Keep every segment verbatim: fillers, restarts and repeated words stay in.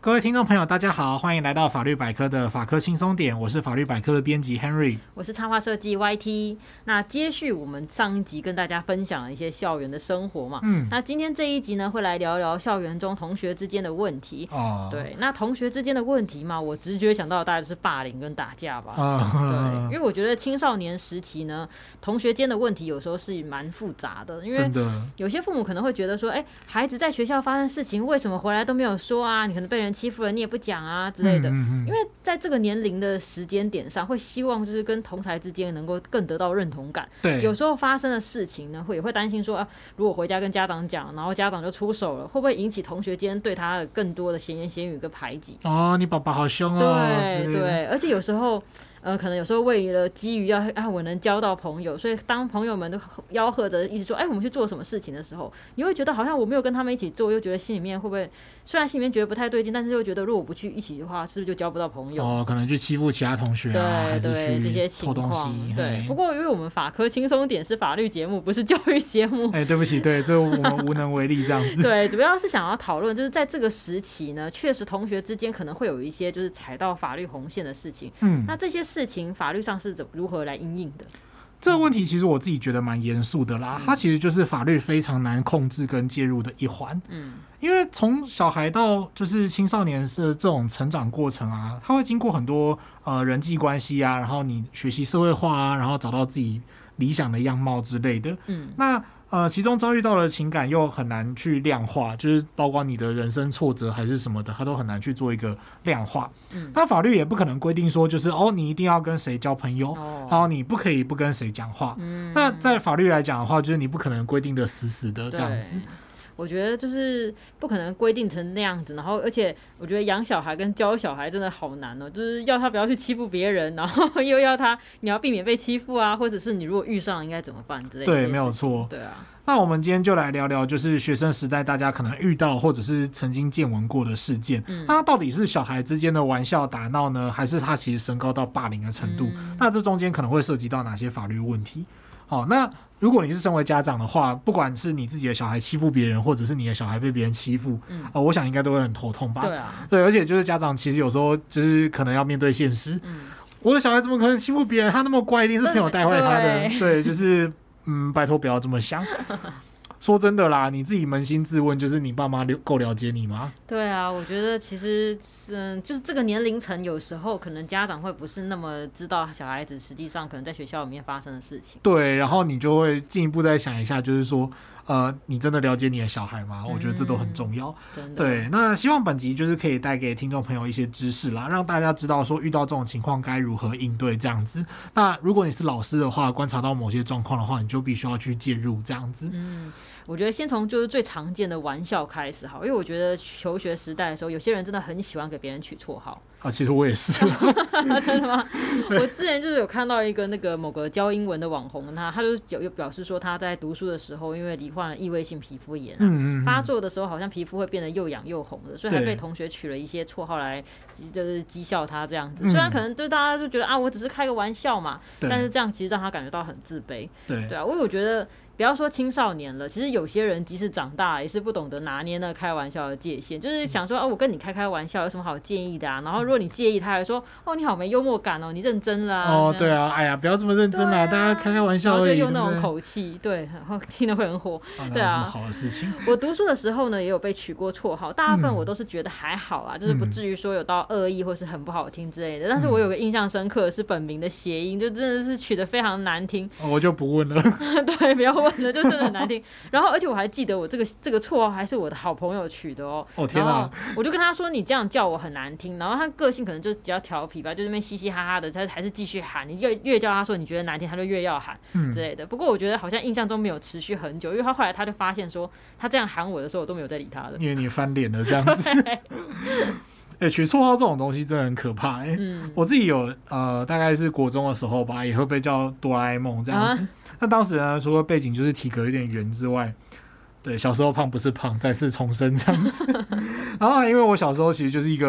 各位听众朋友大家好，欢迎来到法律百科的法科轻松点，我是法律百科的编辑 Henry， 我是插画设计 Y T。 那接续我们上一集跟大家分享了一些校园的生活嘛，嗯，那今天这一集呢会来聊聊校园中同学之间的问题。哦，对，那同学之间的问题嘛，我直觉想到的大概就是霸凌跟打架吧。哦，对，因为我觉得青少年时期呢，同学间的问题有时候是蛮复杂的，因为有些父母可能会觉得说，哎、欸，孩子在学校发生事情，为什么回来都没有说啊？你可能被人欺负了，你也不讲啊之类的。嗯嗯嗯，因为在这个年龄的时间点上，会希望就是跟同侪之间能够更得到认同感。对，有时候发生的事情呢，会也会担心说，啊，如果回家跟家长讲，然后家长就出手了，会不会引起同学间对他的更多的闲言闲语跟排挤？哦， 你爸爸好凶哦！ 对对，而且有时候。呃，可能有时候为了基于要啊我能交到朋友，所以当朋友们都吆喝着一直说，哎，我们去做什么事情的时候，你会觉得好像我没有跟他们一起做，又觉得心里面会不会，虽然心里面觉得不太对劲，但是又觉得如果不去一起的话，是不是就交不到朋友？哦， 可能去欺负其他同学啊， 对对，这些情况。对，不过因为我们法科轻松点是法律节目，不是教育节目。 哎，对不起，对，这我们无能为力这样子。 对，主要是想要讨论，就是在这个时期呢，确实同学之间可能会有一些就是踩到法律红线的事情。嗯，那这些事情法律上是如何来因应的？ 这个问题其实我自己觉得蛮严肃的啦，它其实就是法律非常难控制跟介入的一环。嗯，因为从小孩到就是青少年的这种成长过程啊，他会经过很多呃人际关系啊，然后你学习社会化啊，然后找到自己理想的样貌之类的。嗯，那呃，其中遭遇到的情感又很难去量化，就是包括你的人生挫折还是什么的，它都很难去做一个量化。嗯，那法律也不可能规定说，就是哦，你一定要跟谁交朋友，哦，然后你不可以不跟谁讲话。嗯，那在法律来讲的话，就是你不可能规定的死死的这样子。 我觉得就是不可能规定成那样子，然后而且我觉得养小孩跟教小孩真的好难哦，就是要他不要去欺负别人，然后又要他你要避免被欺负啊，或者是你如果遇上应该怎么办之类的。 对，没有错。 对啊。 那我们今天就来聊聊，就是学生时代大家可能遇到或者是曾经见闻过的事件。嗯，那到底是小孩之间的玩笑打闹呢，还是他其实升高到霸凌的程度？嗯，那这中间可能会涉及到哪些法律问题？好，那如果你是身为家长的话，不管是你自己的小孩欺负别人，或者是你的小孩被别人欺负，嗯呃、我想应该都会很头痛吧。 对啊， 对，而且就是家长其实有时候就是可能要面对现实。嗯，我的小孩怎么可能欺负别人？他那么乖，一定是朋友带坏他的。对，对，就是嗯，拜托不要这么想。说真的啦，你自己扪心自问，就是你爸妈够了解你吗？ 对啊，我觉得其实嗯，就是这个年龄层，有时候可能家长会不是那么知道小孩子实际上可能在学校里面发生的事情。 对，然后你就会进一步再想一下，就是说呃，你真的了解你的小孩吗？我觉得这都很重要。 嗯， 对，那希望本集就是可以带给听众朋友一些知识啦，让大家知道说遇到这种情况该如何应对这样子。那如果你是老师的话，观察到某些状况的话，你就必须要去介入这样子。 嗯，我觉得先从就是最常见的玩笑开始好，因为我觉得求学时代的时候，有些人真的很喜欢给别人取绰号。 啊，其实我也是。 真的吗？我之前就是有看到一个那个某个教英文的网红，他他就有表示说他在读书的时候，因为罹患了异位性皮肤炎，啊，嗯嗯嗯发作的时候好像皮肤会变得又痒又红的，所以还被同学取了一些绰号来就是讥笑他这样子。嗯，虽然可能对大家就觉得啊，我只是开个玩笑嘛，但是这样其实让他感觉到很自卑。对对啊，因为我觉得。不要说青少年了，其实有些人即使长大也是不懂得拿捏那开玩笑的界限，就是想说哦，我跟你开开玩笑有什么好介意的啊？然后如果你介意，他还说哦，你好没幽默感哦，你认真啦。 哦，对啊，哎呀，不要这么认真啦，啊，大家开开玩笑而已。 然后就用那种口气，对，然后听得会很火。 啊， 对啊， 这么好的事情。 我读书的时候呢，也有被取过绰号，大部分我都是觉得还好啦，嗯，就是不至于说有到恶意或是很不好听之类的。但是我有个印象深刻的是本名的谐音，就真的是取得非常难听。 哦，我就不问了。 对，不要问了，就真的很难听。然后而且我还记得我这个这个绰号还是我的好朋友取的哦。 哦天啊！ 我就跟他说你这样叫我很难听，然后他个性可能就比较调皮吧，就那边嘻嘻哈哈的，他还是继续喊。你越越叫他说你觉得难听，他就越要喊之类的。嗯，不过我觉得好像印象中没有持续很久，因为他后来他就发现说他这样喊我的时候我都没有在理他的， 因为你翻脸了这样子。欸，取绰号这种东西真的很可怕。欸嗯，我自己有呃，大概是国中的时候吧，也会被叫哆啦 A 梦这样子。啊，那当时呢，除了背景就是体格有点圆之外，对，小时候胖不是胖，再次重生这样子。然后因为我小时候其实就是一个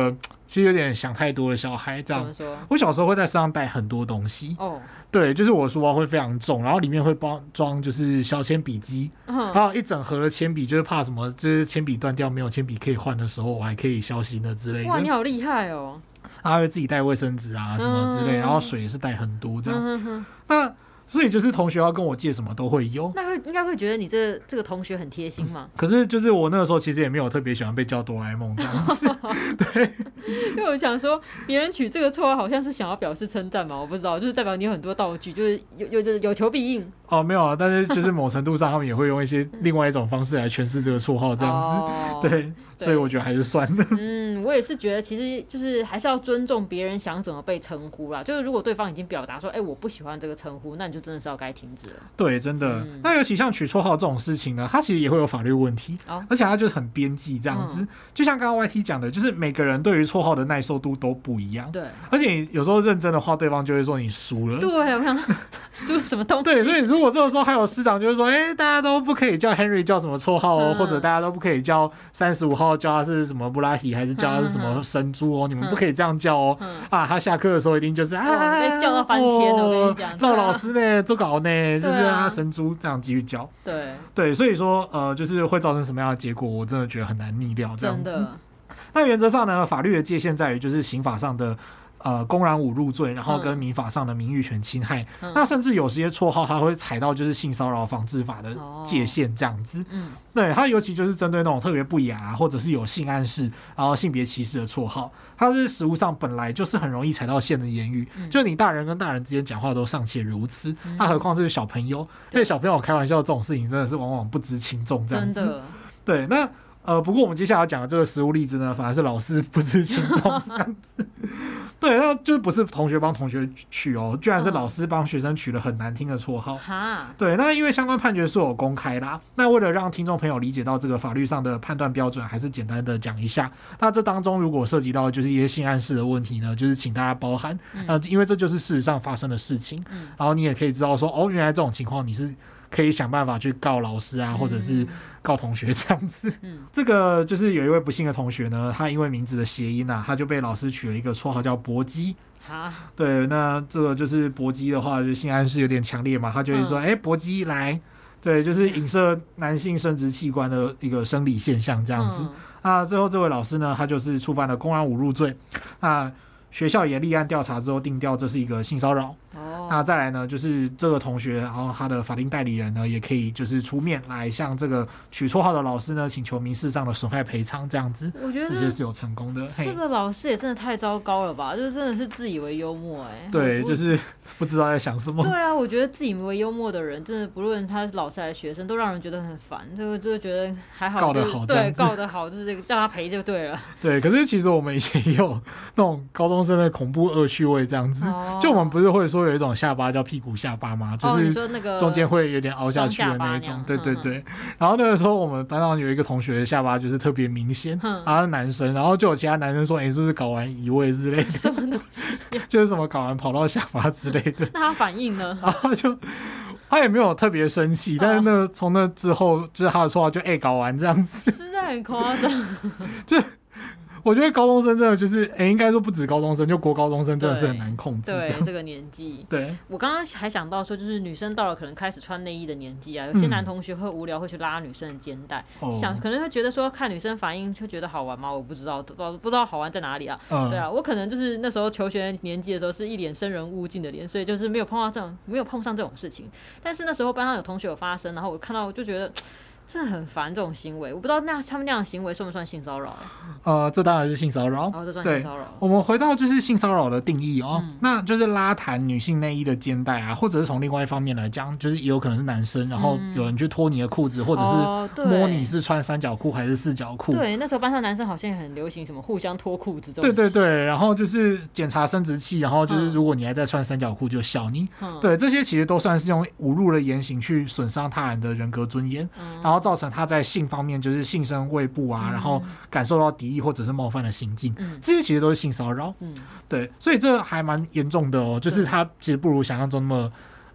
其实有点想太多的小孩这样。 怎么说？ 我小时候会在身上带很多东西哦， 对，就是我的书包会非常重，然后里面会包装就是小铅笔机，嗯，然后一整盒的铅笔，就是怕什么，就是铅笔断掉没有铅笔可以换的时候，我还可以消息的之类的。 哇，你好厉害哦！ 他会自己带卫生纸啊什么之类，嗯、然后水也是带很多这样。嗯、那所以就是同学要跟我借什么都会有。 那会应该会觉得你这这个同学很贴心嘛、嗯？ 可是就是我那个时候其实也没有特别喜欢被叫哆啦 A 梦这样子。对， 因为我想说别人取这个绰号好像是想要表示称赞嘛，我不知道，就是代表你有很多道具，就是有有有求必应。 哦，没有啊，但是就是某程度上他们也会用一些另外一种方式来诠释这个绰号这样子。哦、对。所以我觉得还是算了。 嗯，我也是觉得，其实就是还是要尊重别人想怎么被称呼啦。就是如果对方已经表达说，哎、欸，我不喜欢这个称呼，那你就真的是要该停止了。 对，真的。嗯、那尤其像取绰号这种事情呢，它其实也会有法律问题，哦、而且它就是很边际这样子。嗯、就像刚刚 Y T 讲的，就是每个人对于绰号的耐受度都不一样。 对。 而且有时候认真的话，对方就会说你输了。 对，我想输什么东西？ 对，所以如果这个时候还有师长就会说，哎、欸，大家都不可以叫 Henry 叫什么绰号哦，嗯、或者大家都不可以叫三十五号叫他是什么。布拉提还是叫他是什么神猪哦、嗯，你们不可以这样叫哦、嗯、啊！他下课的时候一定就是啊， 被叫到翻天了，我跟你讲， 让老师呢做稿呢，就是他神猪这样继续叫。 对对，所以说呃，就是会造成什么样的结果，我真的觉得很难逆料这样子。那原则上呢，法律的界限在于就是刑法上的。呃，公然侮辱罪，然后跟民法上的名誉权侵害，嗯、那甚至有些绰号它会踩到就是性骚扰防治法的界限这样子。嗯，对，它尤其就是针对那种特别不雅、啊、或者是有性暗示，然后性别歧视的绰号，它是实务上本来就是很容易踩到线的言语，嗯、就你大人跟大人之间讲话都尚且如此，那、嗯、何况是小朋友？因为小朋友开玩笑这种事情真的是往往不知轻重这样子。对，那。呃，不过我们接下来要讲的这个实务例子呢，反而是老师不知轻重这样子。对，那就不是同学帮同学取哦，居然是老师帮学生取了很难听的绰号。嗯、对，那因为相关判决书有公开啦，那为了让听众朋友理解到这个法律上的判断标准，还是简单的讲一下。那这当中如果涉及到就是一些性暗示的问题呢，就是请大家包涵。嗯、呃，因为这就是事实上发生的事情。嗯、然后你也可以知道说，哦，原来这种情况你是。可以想办法去告老师啊，或者是告同学这样子。嗯，这个就是有一位不幸的同学呢，他因为名字的谐音啊，他就被老师取了一个绰号叫搏击。哈，对，那这个就是搏击的话，就性暗示有点强烈嘛，他就会说，哎、嗯，搏击来，对，就是影射男性生殖器官的一个生理现象这样子。嗯、那最后这位老师呢，他就是触犯了公然侮辱罪。那学校也立案调查之后定调这是一个性骚扰。哦，那再来呢，就是这个同学，然后他的法定代理人呢，也可以就是出面来向这个取绰号的老师呢，请求民事上的损害赔偿，这样子。我觉得这些是有成功的。 这个老师也真的太糟糕了吧？就是真的是自以为幽默哎、欸。 对，就是不知道在想什么。 对啊，我觉得自以为幽默的人，真的不论他是老师还是学生，都让人觉得很烦。就就觉得还好、就是， 告得好， 对，告得好，就是叫他赔就对了。 对，可是其实我们以前也有那种高中生的恐怖恶趣味这样子。哦、就我们不是会说有一种下巴叫屁股下巴吗？就是中间会有点凹下去的那一种。哦、对对对。然后那个时候我们班上有一个同学的下巴就是特别明显，然后他是男生，然后就有其他男生说：“哎、欸，是不是搞完移位之类的？”什么东西？就是什么搞完跑到下巴之类的。 那他反应呢？ 然后就他也没有特别生气，但是那从那之后，就是他的绰号就哎、欸、搞完这样子， 实在很夸张。 就我觉得高中生真的就是，哎、欸，应该说不止高中生，就国高中生真的是很难控制。 对，对这个年纪。 对， 我刚刚还想到说，就是女生到了可能开始穿内衣的年纪啊，有些男同学会无聊会去拉女生的肩带，嗯、想可能会觉得说看女生反应就觉得好玩吗？我不知道，不知道不知道好玩在哪里啊？嗯、对啊，我可能就是那时候求学年纪的时候是一脸生人勿近的脸，所以就是没有碰到这种没有碰上这种事情。但是那时候班上有同学有发生，然后我看到就觉得。真的很烦这种行为，我不知道那他们那样的行为算不算性骚扰？ 呃，这当然是性骚扰。 哦，这算性骚扰。 我们回到就是性骚扰的定义哦，嗯、那就是拉弹女性内衣的肩带啊，或者是从另外一方面来讲，就是也有可能是男生，然后有人去脱你的裤子，嗯、或者是摸你是穿三角裤还是四角裤。 对，那时候班上男生好像很流行什么互相脱裤子这种。 对对对，然后就是检查生殖器，然后就是如果你还在穿三角裤就笑你。嗯、对，这些其实都算是用侮辱的言行去损伤他人的人格尊严，嗯、然后造成他在性方面就是性生畏怖啊，嗯、然后感受到敌意或者是冒犯的行径，嗯、这些其实都是性骚扰。嗯，对，所以这还蛮严重的哦，就是他其实不如想象中那么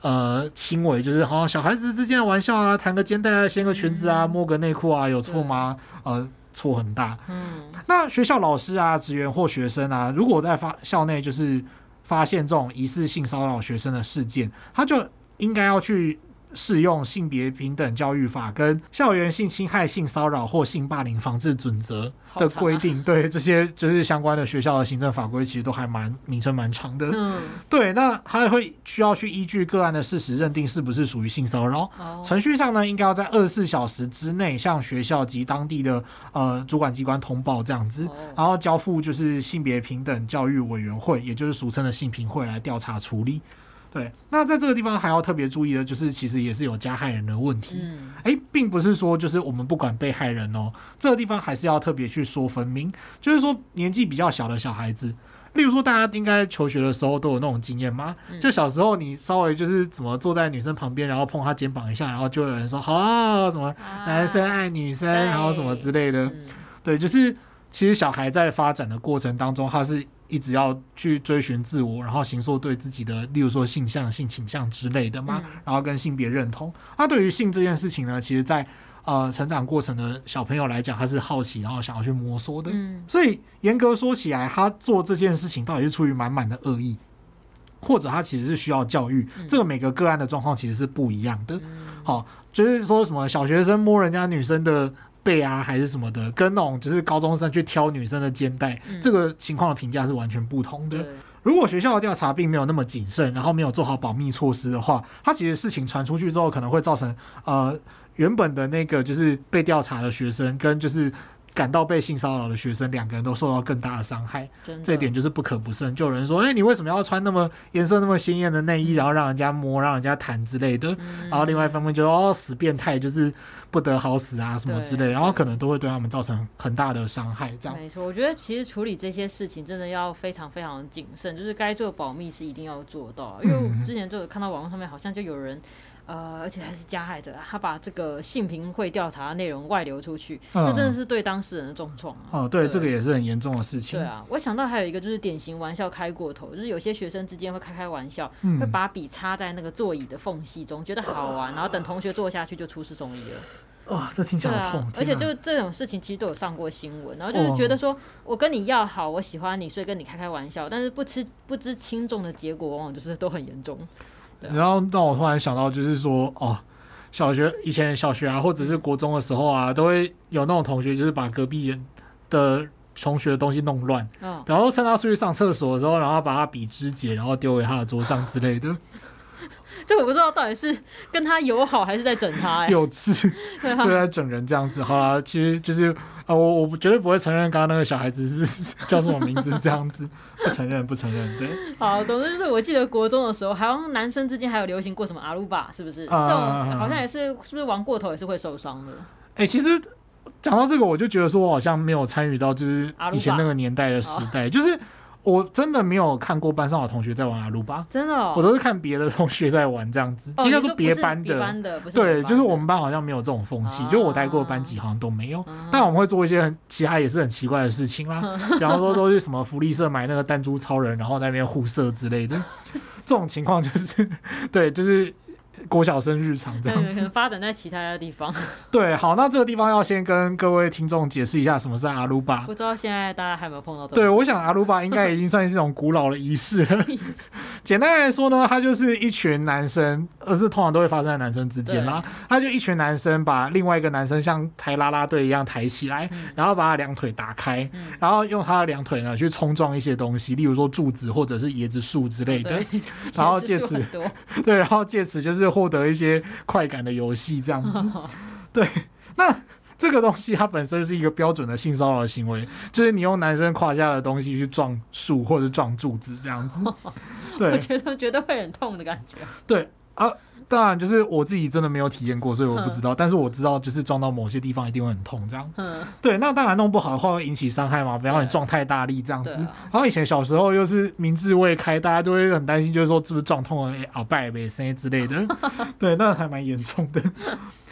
呃轻微，就是好像小孩子之间的玩笑啊，弹个肩带啊，掀个裙子啊，摸个内裤啊，有错吗？呃，错很大。嗯，那学校老师啊、职员或学生啊，如果在发校内就是发现这种疑似性骚扰学生的事件，他就应该要去适用性别平等教育法跟校园性侵害、性骚扰或性霸凌防治准则的规定，啊、对这些就是相关的学校的行政法规，其实都还蛮名称蛮长的。嗯，对，那他会需要去依据个案的事实认定是不是属于性骚扰。哦、程序上呢，应该要在二十四小时之内向学校及当地的呃主管机关通报这样子，哦、然后交付就是性别平等教育委员会，也就是俗称的性平会来调查处理。对，那在这个地方还要特别注意的就是其实也是有加害人的问题。嗯，哎，并不是说就是我们不管被害人哦，这个地方还是要特别去说分明，就是说年纪比较小的小孩子，例如说大家应该求学的时候都有那种经验吗？嗯、就小时候你稍微就是怎么坐在女生旁边，然后碰她肩膀一下，然后就有人说好、哦、什么男生爱女生，啊、然后什么之类的。嗯、对，就是其实小孩在发展的过程当中，他是一直要去追寻自我，然后形塑对自己的，例如说性向、性倾向之类的嘛，嗯、然后跟性别认同。那对于性这件事情呢，其实在呃成长过程的小朋友来讲，他是好奇，然后想要去摸索的。嗯、所以严格说起来，他做这件事情到底是出于满满的恶意，或者他其实是需要教育。嗯、这个每个个案的状况其实是不一样的。好、嗯，就是说什么小学生摸人家女生的背啊还是什么的，跟那种就是高中生去挑女生的肩带，嗯、这个情况的评价是完全不同的。如果学校的调查并没有那么谨慎，然后没有做好保密措施的话，它其实事情传出去之后，可能会造成呃原本的那个就是被调查的学生跟就是感到被性骚扰的学生两个人都受到更大的伤害，这一点就是不可不慎。就有人说，哎、欸，你为什么要穿那么颜色那么鲜艳的内衣，然后让人家摸、让人家弹之类的？嗯、然后另外一方面就哦，死变态，就是不得好死啊什么之类的，然后可能都会对他们造成很大的伤害。这样没错，我觉得其实处理这些事情真的要非常非常的谨慎，就是该做保密是一定要做到。因为我之前就有看到网络上面好像就有人。呃，而且还是加害者，他把这个性平会调查的内容外流出去，嗯、那真的是对当事人的重创、啊。 哦，对，对这个也是很严重的事情。 对啊，我想到还有一个就是典型玩笑开过头，就是有些学生之间会开开玩笑，嗯、会把笔插在那个座椅的缝隙中，觉得好玩，然后等同学坐下去就出事送医了。 哇，这听起来好痛！啊、 而且就这种事情其实都有上过新闻，然后就是觉得说、哦、我跟你要好，我喜欢你，所以跟你开开玩笑，但是不知不知轻重的结果，往往就是都很严重。啊、 然后让我突然想到，就是说哦。小学以前小学啊，或者是国中的时候啊，都会有那种同学，就是把隔壁人的同学的东西弄乱，哦、然后趁他出去上厕所的时候，然后把他笔肢解，然后丢回他的桌上之类的。 这我不知道到底是跟他友好还是在整他、欸， 幼稚，就在整人这样子。好啦，其实就是呃，我我绝对不会承认刚刚那个小孩子是叫什么名字这样子，不承认，不承认。对， 好，总之就是我记得国中的时候，好像男生之间还有流行过什么阿鲁巴，是不是？呃、这种好像也是，是不是玩过头也是会受伤的？ 哎、欸，其实讲到这个，我就觉得说我好像没有参与到就是以前那个年代的时代，就是。我真的没有看过班上的同学在玩阿鲁巴， 真的、哦， 我都是看别的同学在玩这样子，应该说别班的， 班的对，就是我们班好像没有这种风气，啊、就我待过的班级好像都没有，啊、但我们会做一些很其他也是很奇怪的事情啦，啊、比方说都是什么福利社买那个弹珠超人，然后在那边互射之类的，这种情况就是对，就是。国小生日常这样子， 可能发展在其他的地方。 对，好，那这个地方要先跟各位听众解释一下什么是阿鲁巴。 不知道现在大家还有没有碰到这种？ 对，我想阿鲁巴应该已经算是一种古老的仪式了。简单来说呢，它就是一群男生，而是通常都会发生在男生之间啦。他就一群男生把另外一个男生像抬啦啦队一样抬起来，嗯、然后把他两腿打开，嗯、然后用他的两腿呢去冲撞一些东西，例如说柱子或者是椰子树之类的，然后借此对，然后借此就是获得一些快感的游戏这样子。对，那这个东西它本身是一个标准的性骚扰的行为，就是你用男生胯下的东西去撞树或者撞柱子这样子。对， 我觉得觉得会很痛的感觉。 对啊，当然就是我自己真的没有体验过，所以我不知道。但是我知道，就是撞到某些地方一定会很痛，这样。对，那当然弄不好的话会引起伤害嘛，比方说你撞太大力这样子。然后以前小时候又是民智未开，大家都会很担心，就是说是不是撞痛了，哎，鳌拜呗，声之类的。对，那还蛮严重的。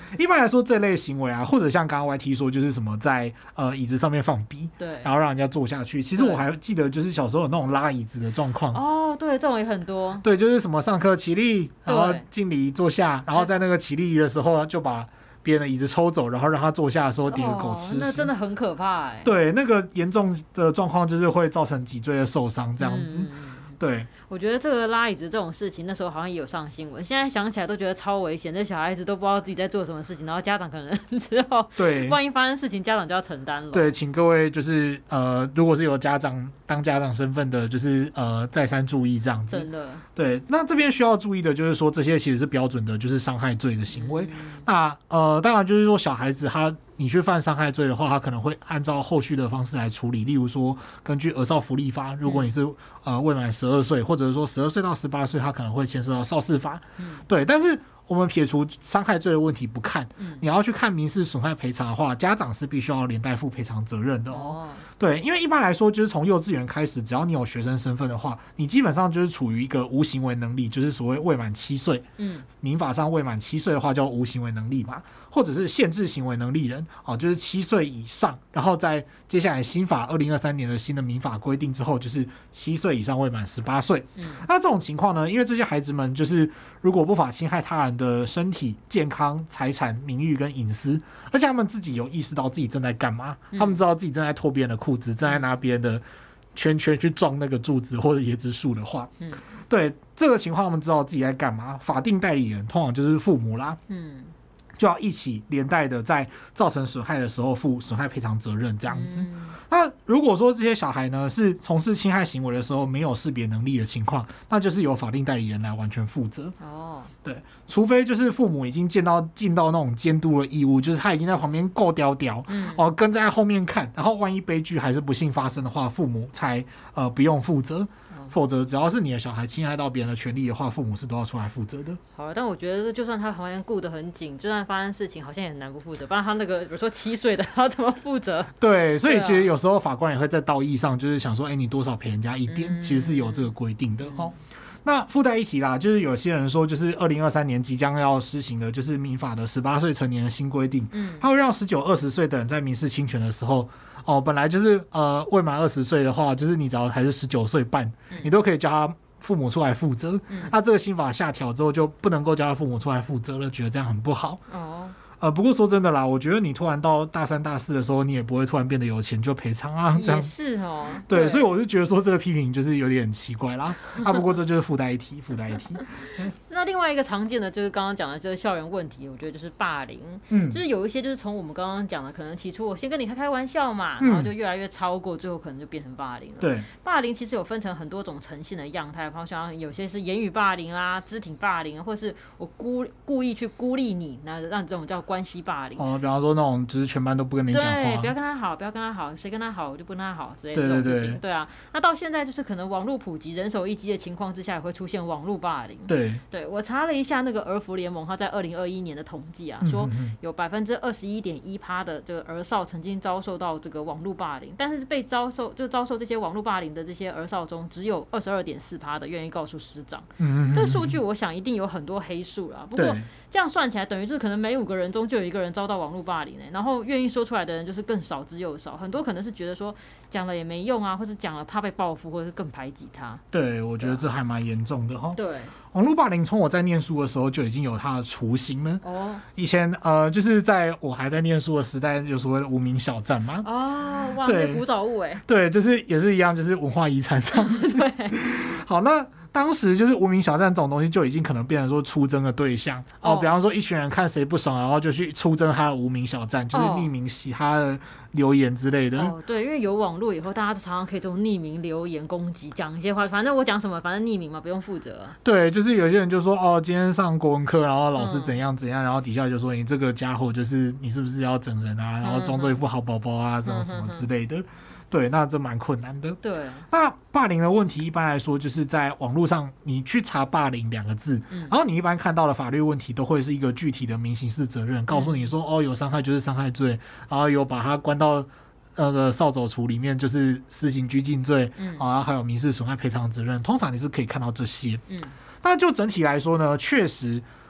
一般来说这类行为啊，或者像刚刚 Y T 说，就是什么在呃椅子上面放笔， 对， 然后让人家坐下去。其实我还记得，就是小时候有那种拉椅子的状况。 哦，对，这种也很多。 对，就是什么上课起立，然后敬礼坐下，然后在那个起立的时候就把别人的椅子抽走，然后让他坐下的时候跌个狗吃屎、哦。 那真的很可怕哎。 对，那个严重的状况就是会造成脊椎的受伤这样子。嗯对， 我觉得这个拉椅子这种事情，那时候好像也有上新闻。现在想起来都觉得超危险，这小孩子都不知道自己在做什么事情，然后家长可能之后，对，万一发生事情，家长就要承担了。 对，请各位就是呃，如果是有家长当家长身份的，就是呃再三注意这样子。 真的。 对，那这边需要注意的就是说，这些其实是标准的，就是伤害罪的行为。嗯、那呃，当然就是说小孩子他。你去犯伤害罪的话，他可能会按照后续的方式来处理，例如说根据儿少福利法，如果你是呃未满十二岁，或者是说十二岁到十八岁，他可能会牵涉到少事法。嗯、对，但是我们撇除伤害罪的问题不看，嗯、你要去看民事损害赔偿的话，家长是必须要连带负赔偿责任的哦。哦对，因为一般来说，就是从幼稚园开始，只要你有学生身份的话，你基本上就是处于一个无行为能力，就是所谓未满七岁。嗯，民法上未满七岁的话叫无行为能力嘛，或者是限制行为能力人，哦，就是七岁以上，然后在接下来新法二零二三年的新的民法规定之后，就是七岁以上未满十八岁。嗯，那这种情况呢，因为这些孩子们就是如果不法侵害他人的身体、健康、财产、名誉跟隐私，而且他们自己有意识到自己正在干嘛，嗯、他们知道自己正在脱别人的裤子，正在拿别人的圈圈去撞那个柱子或者椰子树的话，嗯，对这个情况，他们知道自己在干嘛。法定代理人通常就是父母啦，嗯，就要一起连带的在造成损害的时候负损害赔偿责任这样子。嗯、那如果说这些小孩呢是从事侵害行为的时候没有识别能力的情况，那就是由法定代理人来完全负责。哦，对，除非就是父母已经尽到尽到那种监督的义务，就是他已经在旁边够屌屌，嗯，哦，跟在后面看，然后万一悲剧还是不幸发生的话，父母才呃不用负责。否则，只要是你的小孩侵害到别人的权利的话，父母是都要出来负责的。 好，但我觉得就算他好像顾得很紧，就算发生事情，好像也很难不负责。不然他那个比如说七岁的，他怎么负责？ 对，所以其实有时候法官也会在道义上，就是想说，哎、欸，你多少赔人家一点，嗯、其实是有这个规定的哈。嗯那附带一提啦，就是有些人说，就是二零二三年即将要施行的，就是民法的十八岁成年的新规定，嗯，它会让十九、二十岁的人在民事侵权的时候，哦，本来就是呃未满二十岁的话，就是你只要还是十九岁半，嗯、你都可以叫他父母出来负责。嗯、那这个新法下调之后，就不能够叫他父母出来负责了，觉得这样很不好。哦。呃，不过说真的啦，我觉得你突然到大三、大四的时候，你也不会突然变得有钱就赔偿啊，这样也是哦。 对，对所以我就觉得说这个批评就是有点奇怪啦。啊，不过这就是附带一提，附带一提。 那另外一个常见的就是刚刚讲的这个校园问题，我觉得就是霸凌。嗯，就是有一些就是从我们刚刚讲的，可能起初我先跟你开开玩笑嘛，嗯、然后就越来越超过，最后可能就变成霸凌了。 对， 霸凌其实有分成很多种呈现的样态，好像有些是言语霸凌啦、肢体霸凌，或是我故故意去孤立你，那让这种叫关系霸凌。 哦，比方说那种就是全班都不跟你讲话， 对，不要跟他好，不要跟他好，谁跟他好我就不跟他好之类的这种事情。对对对，对啊。那到现在就是可能网络普及、人手一机的情况之下，也会出现网络霸凌。 对， 对我查了一下那个儿福联盟，他在二零二一年的统计啊，嗯、哼哼说有百分之二十一点一趴的这个儿少曾经遭受到这个网络霸凌，但是被遭受就遭受这些网络霸凌的这些儿少中，只有二十二点四趴的愿意告诉师长。嗯，这个数据我想一定有很多黑数啦。不过这样算起来，等于是可能每五个人中就有一个人遭到网络霸凌、欸、然后愿意说出来的人就是更少之又少，很多可能是觉得说讲了也没用啊，或是讲了怕被报复，或者是更排挤他。 对，我觉得这还蛮严重的哈。 对， 网络霸凌从我在念书的时候就已经有它的雏形了。哦，以前呃，就是在我还在念书的时代，有所谓的无名小站嘛。 哦，哇，那古早物哎、欸。 对，就是也是一样，就是文化遗产这样子。 对， 好，那。当时就是无名小站这种东西就已经可能变成说出征的对象哦，比方说一群人看谁不爽，然后就去出征他的无名小站，就是匿名洗他的留言之类的。 哦，对，因为有网络以后，大家常常可以这种匿名留言攻击，讲一些话，反正我讲什么，反正匿名嘛，不用负责、啊。对， 就是有些人就说哦，今天上国文课，然后老师怎样怎样，嗯、然后底下就说你这个家伙就是你是不是要整人啊，然后装作一副好宝宝啊，什么什么之类的。对，那这蛮困难的。 对， 那霸凌的问题一般来说就是在网络上，你去查霸凌两个字，嗯、然后你一般看到的法律问题都会是一个具体的民刑事责任，告诉你说、嗯、哦，有伤害就是伤害罪，然后有把他关到那个扫帚处里面就是施行拘禁罪，嗯，然后还有民事损害赔偿责任，通常你是可以看到这些。嗯，但就整体来说呢，确实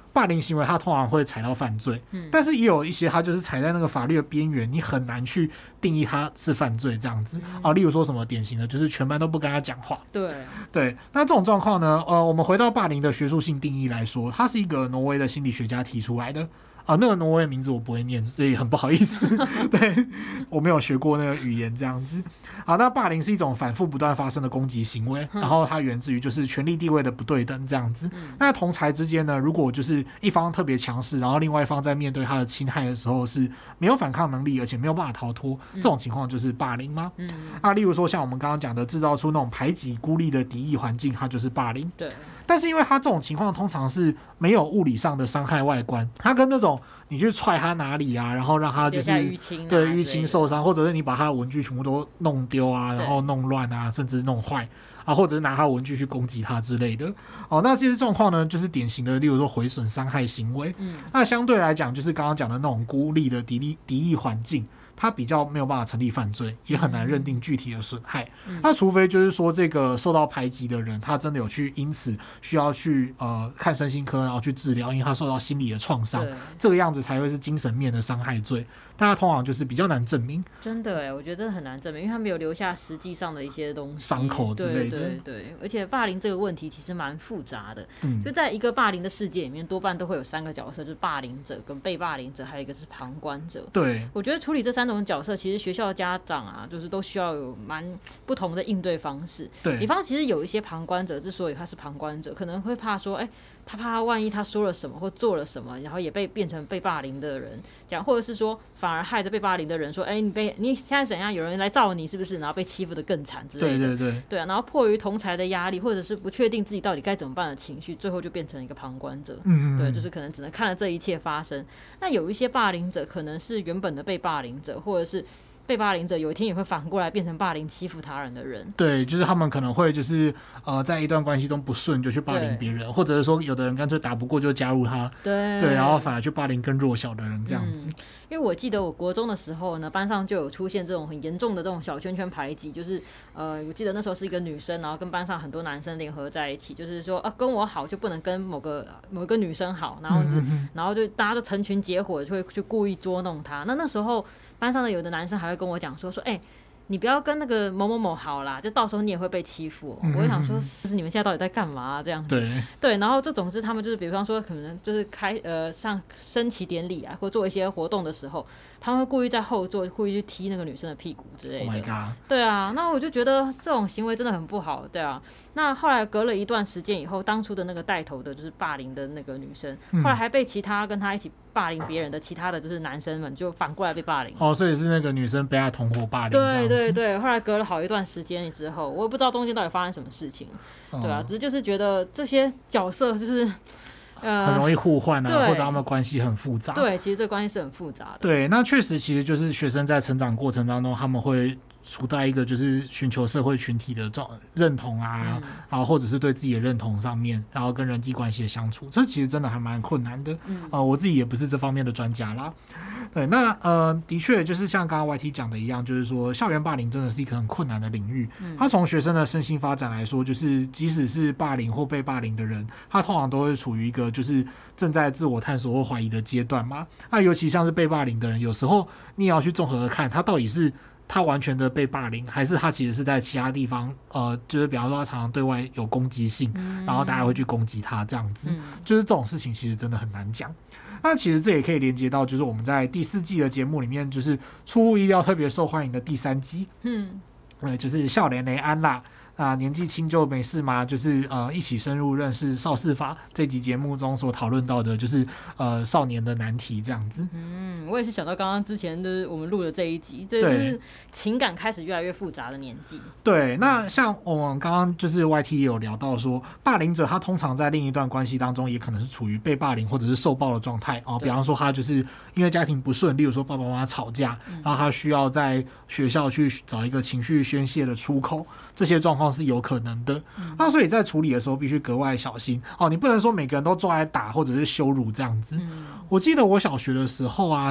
霸凌行为它通常会踩到犯罪，嗯，但是也有一些它就是踩在那个法律的边缘，你很难去定义它是犯罪这样子、嗯、啊。例如说什么典型的，就是全班都不跟他讲话。 对对，那这种状况呢，呃，我们回到霸凌的学术性定义来说，它是一个挪威的心理学家提出来的。啊，那个挪威的名字我不会念，所以很不好意思。对，我没有学过那个语言这样子。好，那霸凌是一种反复不断发生的攻击行为，然后它源自于就是权力地位的不对等这样子。嗯、那同侪之间呢，如果就是一方特别强势，然后另外一方在面对他的侵害的时候是没有反抗能力，而且没有办法逃脱，这种情况就是霸凌吗？嗯，啊，例如说像我们刚刚讲的，制造出那种排挤、孤立的敌意环境，它就是霸凌。 对。 但是因为他这种情况通常是没有物理上的伤害外观，他跟那种你去踹他哪里啊，然后让他就是淤青、啊、 对淤青受伤，或者是你把他的文具全部都弄丢啊，然后弄乱啊，甚至弄坏啊，或者是拿他的文具去攻击他之类的。哦，那这些状况呢，就是典型的，例如说毁损伤害行为。嗯，那相对来讲，就是刚刚讲的那种孤立的敌敌意环境。他比较没有办法成立犯罪，也很难认定具体的损害、嗯、那除非就是说这个受到排挤的人他真的有去因此需要去呃看身心科然后去治疗，因为他受到心理的创伤，这个样子才会是精神面的伤害罪，但他通常就是比较难证明。 真的耶，我觉得真的很难证明，因为他没有留下实际上的一些东西， 伤口之类的。 对对对，而且霸凌这个问题其实蛮复杂的、嗯、就在一个霸凌的世界里面，多半都会有三个角色，就是霸凌者跟被霸凌者，还有一个是旁观者。 对， 我觉得处理这三种角色，其实学校的家长啊，就是都需要有蛮不同的应对方式。 对， 比方其实有一些旁观者之所以他是旁观者，可能会怕说，哎、欸，他怕万一他说了什么或做了什么，然后也被变成被霸凌的人，讲，或者是说反而害着被霸凌的人说，哎、欸，你被你现在怎样，有人来罩你是不是，然后被欺负得更惨之类的。 对对对， 对啊，然后迫于同侪的压力，或者是不确定自己到底该怎么办的情绪，最后就变成一个旁观者。嗯嗯，对，就是可能只能看了这一切发生。那有一些霸凌者可能是原本的被霸凌者，或者是被霸凌者有一天也会反过来变成霸凌欺负他人的人。对， 就是他们可能会就是呃在一段关系中不顺就去霸凌别人，或者是说有的人干脆打不过就加入他， 对对，然后反而去霸凌更弱小的人这样子、嗯、 因为我记得我国中的时候呢，班上就有出现这种很严重的这种小圈圈排挤，就是呃我记得那时候是一个女生，然后跟班上很多男生联合在一起，就是说啊跟我好就不能跟某个某个女生好，然后、嗯、然后就大家就成群结伙就会去故意捉弄她。那那时候班上的有的男生还会跟我讲说说，哎、欸，你不要跟那个某某某好啦，就到时候你也会被欺负、喔嗯。我就想说，就是你们现在到底在干嘛、啊、这样子？对对，然后这总之他们就是，比方说可能就是开呃上升旗典礼啊，或做一些活动的时候，他们会故意在后座故意去踢那个女生的屁股之类的。Oh my god！ 对啊，那我就觉得这种行为真的很不好，对啊。那后来隔了一段时间以后，当初的那个带头的就是霸凌的那个女生，嗯、后来还被其他跟她一起霸凌别人的其他的就是男生们就反过来被霸凌。 哦，所以是那个女生被她同伙霸凌。 对对对，后来隔了好一段时间之后，我也不知道中间到底发生什么事情，哦、对啊，只是就是觉得这些角色就是。 呃、很容易互换啊，或者他们的关系很复杂。 对，其实这关系是很复杂的。 对，那确实，其实就是学生在成长过程当中，他们会处在一个就是寻求社会群体的认同啊、嗯，然后或者是对自己的认同上面，然后跟人际关系的相处，这其实真的还蛮困难的。嗯，呃，我自己也不是这方面的专家啦。对，那呃，的确就是像刚刚 Y T 讲的一样，就是说校园霸凌真的是一个很困难的领域。嗯，他从学生的身心发展来说，就是即使是霸凌或被霸凌的人，他通常都会处于一个就是正在自我探索或怀疑的阶段嘛。那尤其像是被霸凌的人，有时候你也要去综合的看，他到底是他完全的被霸凌，还是他其实是在其他地方，呃，就是比方说他常常对外有攻击性，嗯、然后大家会去攻击他这样子，嗯、就是这种事情其实真的很难讲。那其实这也可以连接到，就是我们在第四季的节目里面，就是出乎意料特别受欢迎的第三季，嗯，呃，就是少年雷安啦。啊，年纪轻就没事吗？就是呃，一起深入认识少事法这集节目中所讨论到的，就是呃少年的难题这样子。嗯， 我也是想到刚刚之前的我们录的这一集，这就是情感开始越来越复杂的年纪。 对，那像我们刚刚就是 Y T 也有聊到说，霸凌者他通常在另一段关系当中，也可能是处于被霸凌或者是受暴的状态哦。比方说他就是因为家庭不顺，例如说爸爸妈妈吵架，嗯、然后他需要在学校去找一个情绪宣泄的出口。这些状况是有可能的、嗯，那所以在处理的时候必须格外小心哦。你不能说每个人都抓来打或者是羞辱这样子。嗯、我记得我小学的时候啊，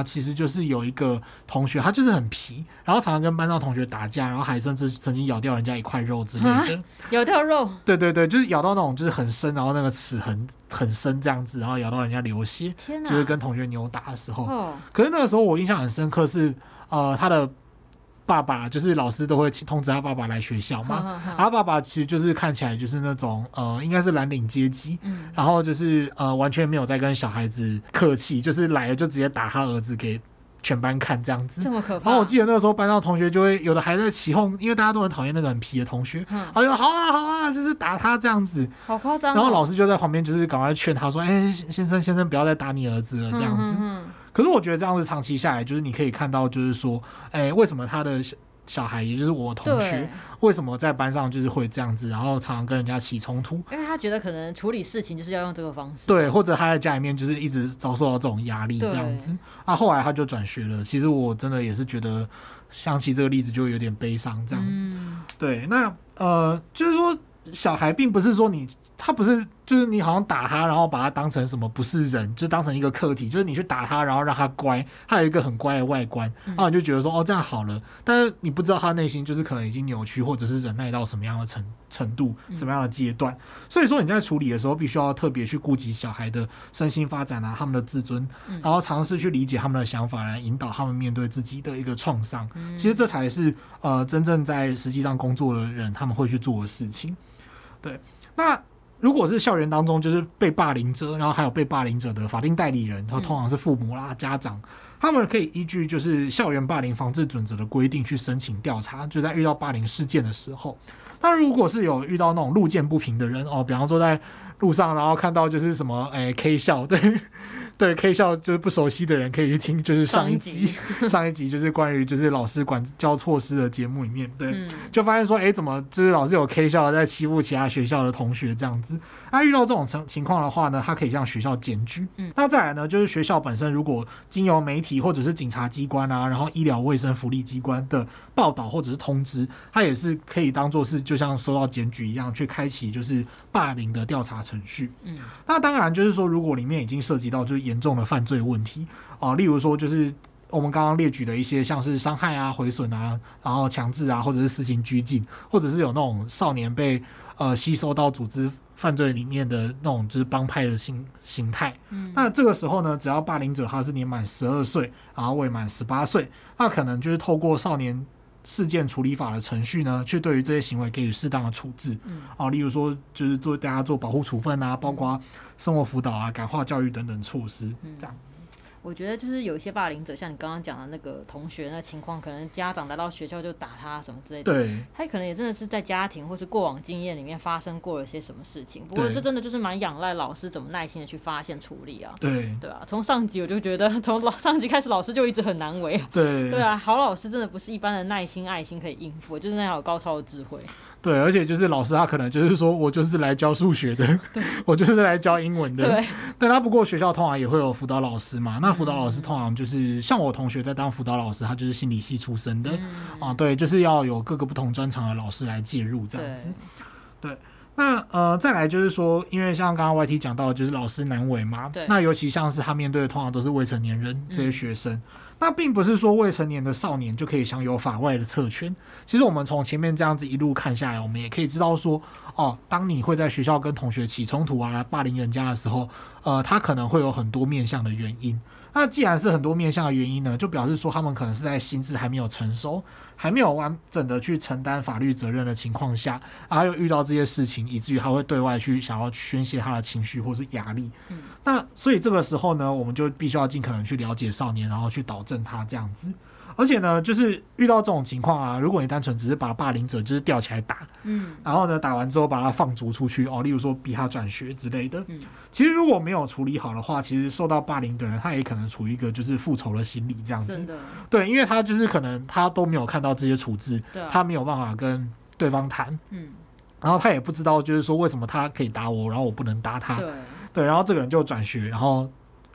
其实就是有一个同学，他就是很皮，然后常常跟班上同学打架，然后还甚至曾经咬掉人家一块肉之类的。 咬掉肉？对对对，就是咬到那种就是很深，然后那个齿很很深这样子，然后咬到人家流血。 天哪！ 就是跟同学扭打的时候。 哦、 可是那个时候我印象很深刻是，呃，他的爸爸就是老师都会通知他爸爸来学校嘛，呵呵呵，他爸爸其实就是看起来就是那种呃，应该是蓝领阶级，嗯，然后就是呃完全没有在跟小孩子客气，就是来了就直接打他儿子给全班看这样子， 这么可怕。 然后我记得那个时候班上同学就会有的还在起哄，因为大家都很讨厌那个很皮的同学，嗯，哎呦好啊好啊，就是打他这样子， 好夸张、哦。 然后老师就在旁边就是赶快劝他说，哎、欸、先生先生不要再打你儿子了这样子。嗯嗯嗯，可是我觉得这样子长期下来，就是你可以看到就是说，哎、欸、为什么他的小孩也就是我同学为什么在班上就是会这样子，然后常常跟人家起冲突， 因为他觉得可能处理事情就是要用这个方式， 对，或者他在家里面就是一直遭受到这种压力这样子啊，后来他就转学了。其实我真的也是觉得想起这个例子就有点悲伤这样、嗯、对，那呃就是说小孩并不是说你他不是就是你好像打他然后把他当成什么不是人，就当成一个客体，就是你去打他然后让他乖，他有一个很乖的外观，然后你就觉得说哦这样好了，但是你不知道他内心就是可能已经扭曲或者是忍耐到什么样的程程度，什么样的阶段，所以说你在处理的时候必须要特别去顾及小孩的身心发展啊，他们的自尊，然后尝试去理解他们的想法，来引导他们面对自己的一个创伤，其实这才是呃真正在实际上工作的人他们会去做的事情。对，那如果是校园当中就是被霸凌者，然后还有被霸凌者的法定代理人，然后通常是父母啦、家长，他们可以依据就是校园霸凌防治准则的规定去申请调查，就在遇到霸凌事件的时候。那如果是有遇到那种路见不平的人哦，比方说在路上然后看到就是什么诶 K 校，对对 K 校就是不熟悉的人可以去听就是上一集上一集, 上一集就是关于就是老师管教措施的节目里面，对、嗯、就发现说诶怎么就是老师有 K 校在欺负其他学校的同学这样子。那遇到这种情况的话呢，他可以向学校检举、嗯、那再来呢就是学校本身如果经由媒体或者是警察机关啊，然后医疗卫生福利机关的报道或者是通知，他也是可以当作是就像收到检举一样去开启就是霸凌的调查程序、嗯、那当然就是说如果里面已经涉及到就是严重的犯罪问题、呃、例如说就是我们刚刚列举的一些像是伤害啊、毁损啊，然后强制啊，或者是私刑拘禁，或者是有那种少年被呃吸收到组织犯罪里面的那种就是帮派的形形态、嗯、那这个时候呢，只要霸凌者他是年满十二岁，然后未满十八岁，那可能就是透过少年事件处理法的程序呢，去对于这些行为给予适当的处置、嗯啊、例如说就是做大家做保护处分啊，包括生活辅导啊、感化教育等等措施、嗯、这样。 我觉得就是有一些霸凌者，像你刚刚讲的那个同学那情况，可能家长来到学校就打他什么之类的， 对， 他可能也真的是在家庭或是过往经验里面发生过了些什么事情。不过这真的就是蛮仰赖老师怎么耐心的去发现处理啊。 对， 对啊，从上集我就觉得，从上集开始老师就一直很难为啊。 对， 对啊，好老师真的不是一般的耐心爱心可以应付，就是那样有高超的智慧。 对，而且就是老师他可能就是说我就是来教数学的，我就是来教英文的。 对， 对，那不过学校通常也会有辅导老师嘛，那辅导老师通常就是像我同学在当辅导老师，他就是心理系出身的、嗯、啊，对，就是要有各个不同专长的老师来介入这样子。对，对那呃再来就是说，因为像刚刚 Y T 讲到就是老师难为嘛，那尤其像是他面对的通常都是未成年人这些学生、嗯，那并不是说未成年的少年就可以享有法外的特权。其实我们从前面这样子一路看下来，我们也可以知道说，哦，当你会在学校跟同学起冲突啊、霸凌人家的时候，呃，他可能会有很多面向的原因。那既然是很多面向的原因呢，就表示说他们可能是在心智还没有成熟，还没有完整的去承担法律责任的情况下，然后又遇到这些事情，以至于他会对外去想要宣泄他的情绪或是压力、嗯、那所以这个时候呢，我们就必须要尽可能去了解少年，然后去导正他这样子。而且呢，就是遇到这种情况啊，如果你单纯只是把霸凌者就是吊起来打，嗯，然后呢打完之后把他放逐出去哦，例如说逼他转学之类的，嗯，其实如果没有处理好的话，其实受到霸凌的人他也可能处于一个就是复仇的心理这样子，对，因为他就是可能他都没有看到这些处置，啊、他没有办法跟对方谈，嗯，然后他也不知道就是说为什么他可以打我，然后我不能打他，对，对，然后这个人就转学，然后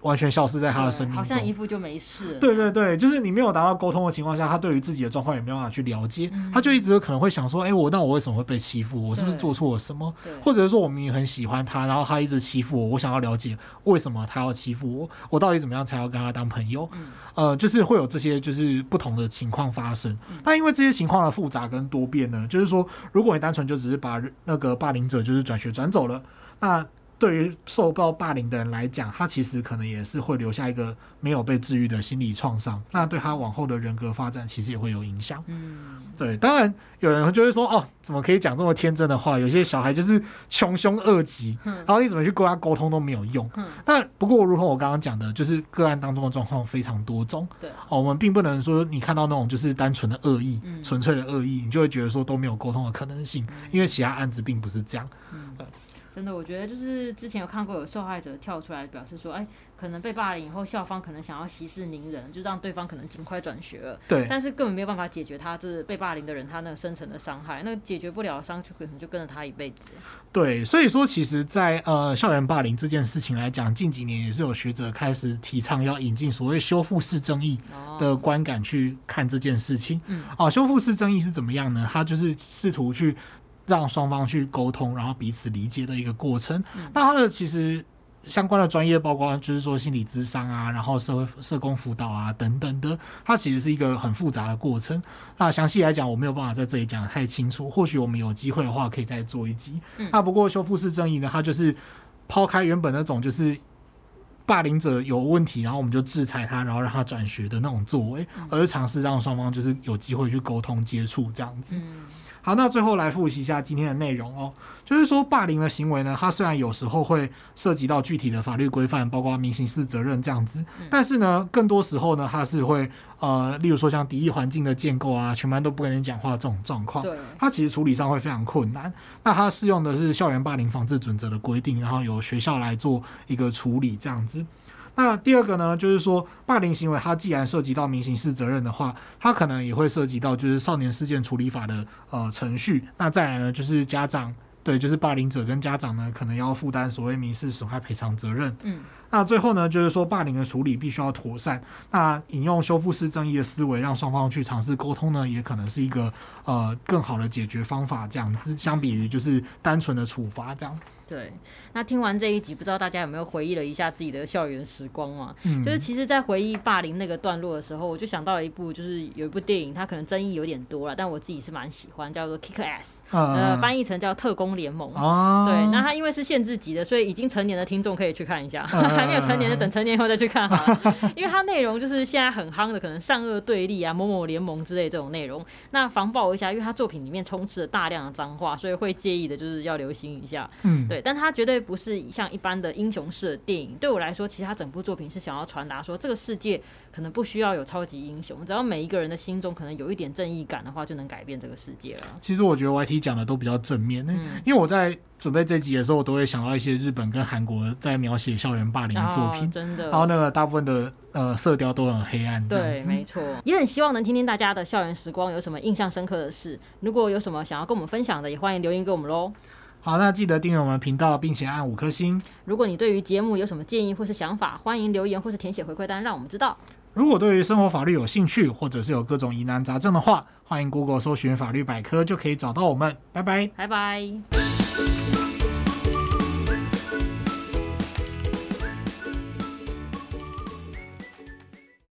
完全消失在他的生命中， 好像一副就没事了。 对对对，就是你没有达到沟通的情况下，他对于自己的状况也没有办法去了解，嗯、他就一直可能会想说，哎、欸，我那我为什么会被欺负？我是不是做错了什么？或者是说我明明很喜欢他，然后他一直欺负我，我想要了解为什么他要欺负我，我到底怎么样才要跟他当朋友？嗯、呃，就是会有这些就是不同的情况发生。嗯、那因为这些情况的复杂跟多变呢，就是说，如果你单纯就只是把那个霸凌者就是转学转走了，那对于受到霸凌的人来讲，他其实可能也是会留下一个没有被治愈的心理创伤，那对他往后的人格发展其实也会有影响。嗯，对，当然有人就会说，哦，怎么可以讲这么天真的话？有些小孩就是穷凶恶极，嗯、然后你怎么去跟他沟通都没有用。嗯，那不过如同我刚刚讲的，就是个案当中的状况非常多种。对、哦，我们并不能说你看到那种就是单纯的恶意、嗯、纯粹的恶意，你就会觉得说都没有沟通的可能性，嗯、因为其他案子并不是这样。嗯。呃真的，我觉得就是之前有看过有受害者跳出来表示说，哎，可能被霸凌以后，校方可能想要息事宁人，就让对方可能尽快转学了。对。但是根本没有办法解决他这被霸凌的人他那个深层的伤害，那解决不了的伤，就可能就跟着他一辈子。 对，所以说其实在，在呃校园霸凌这件事情来讲，近几年也是有学者开始提倡要引进所谓修复式正义的观感去看这件事情。嗯。哦，修复式正义是怎么样呢？它就是试图去让双方去沟通，然后彼此理解的一个过程。嗯、那它的其实相关的专业包括就是说心理咨商啊，然后社会社工辅导啊等等的，它其实是一个很复杂的过程。那详细来讲，我没有办法在这里讲得太清楚，或许我们有机会的话可以再做一集。嗯、那不过修复式正义呢，它就是抛开原本那种就是霸凌者有问题，然后我们就制裁他，然后让他转学的那种作为，嗯、而是尝试让双方就是有机会去沟通接触这样子。嗯好，那最后来复习一下今天的内容哦。就是说，霸凌的行为呢，它虽然有时候会涉及到具体的法律规范，包括民刑事责任这样子，嗯、但是呢，更多时候呢，它是会呃，例如说像敌意环境的建构啊，全班都不跟你讲话这种状况，它其实处理上会非常困难。那它适用的是校园霸凌防治准则的规定，然后由学校来做一个处理这样子。那第二个呢，就是说霸凌行为它既然涉及到民刑事责任的话，它可能也会涉及到就是少年事件处理法的呃程序。那再来呢，就是家长对，就是霸凌者跟家长呢，可能要负担所谓民事损害赔偿责任。嗯，那最后呢，就是说霸凌的处理必须要妥善。那引用修复式正义的思维，让双方去尝试沟通呢，也可能是一个呃更好的解决方法。这样子，相比于就是单纯的处罚这样。 对，那听完这一集，不知道大家有没有回忆了一下自己的校园时光嘛？嗯，就是其实，在回忆霸凌那个段落的时候，我就想到了一部，就是有一部电影，它可能争议有点多了，但我自己是蛮喜欢，叫做《Kick Ass》，呃，翻译成叫《特工联盟》。哦，对，那它因为是限制级的，所以已经成年的听众可以去看一下，嗯、还没有成年的等成年后再去看好了。因为它内容就是现在很夯的，可能善恶对立啊、某某联盟之类这种内容。那防爆一下，因为它作品里面充斥了大量的脏话，所以会介意的就是要留心一下。嗯，对。但它绝对不是像一般的英雄式的电影。对我来说，其实它整部作品是想要传达说，这个世界可能不需要有超级英雄，只要每一个人的心中可能有一点正义感的话，就能改变这个世界了。 其实我觉得 Y T 讲的都比较正面，嗯、因为我在准备这集的时候，我都会想到一些日本跟韩国在描写校园霸凌的作品，哦、真的。然后那个大部分的呃色调都很黑暗， 对，没错。也很希望能听听大家的校园时光有什么印象深刻的事。如果有什么想要跟我们分享的，也欢迎留言给我们喽。 好，那记得订阅我们频道，并且按五颗星。 如果你对于节目有什么建议或是想法，欢迎留言或是填写回馈单，让我们知道。 如果对于生活法律有兴趣，或者是有各种疑难杂症的话，欢迎 Google 搜寻法律百科，就可以找到我们。拜拜， 拜拜。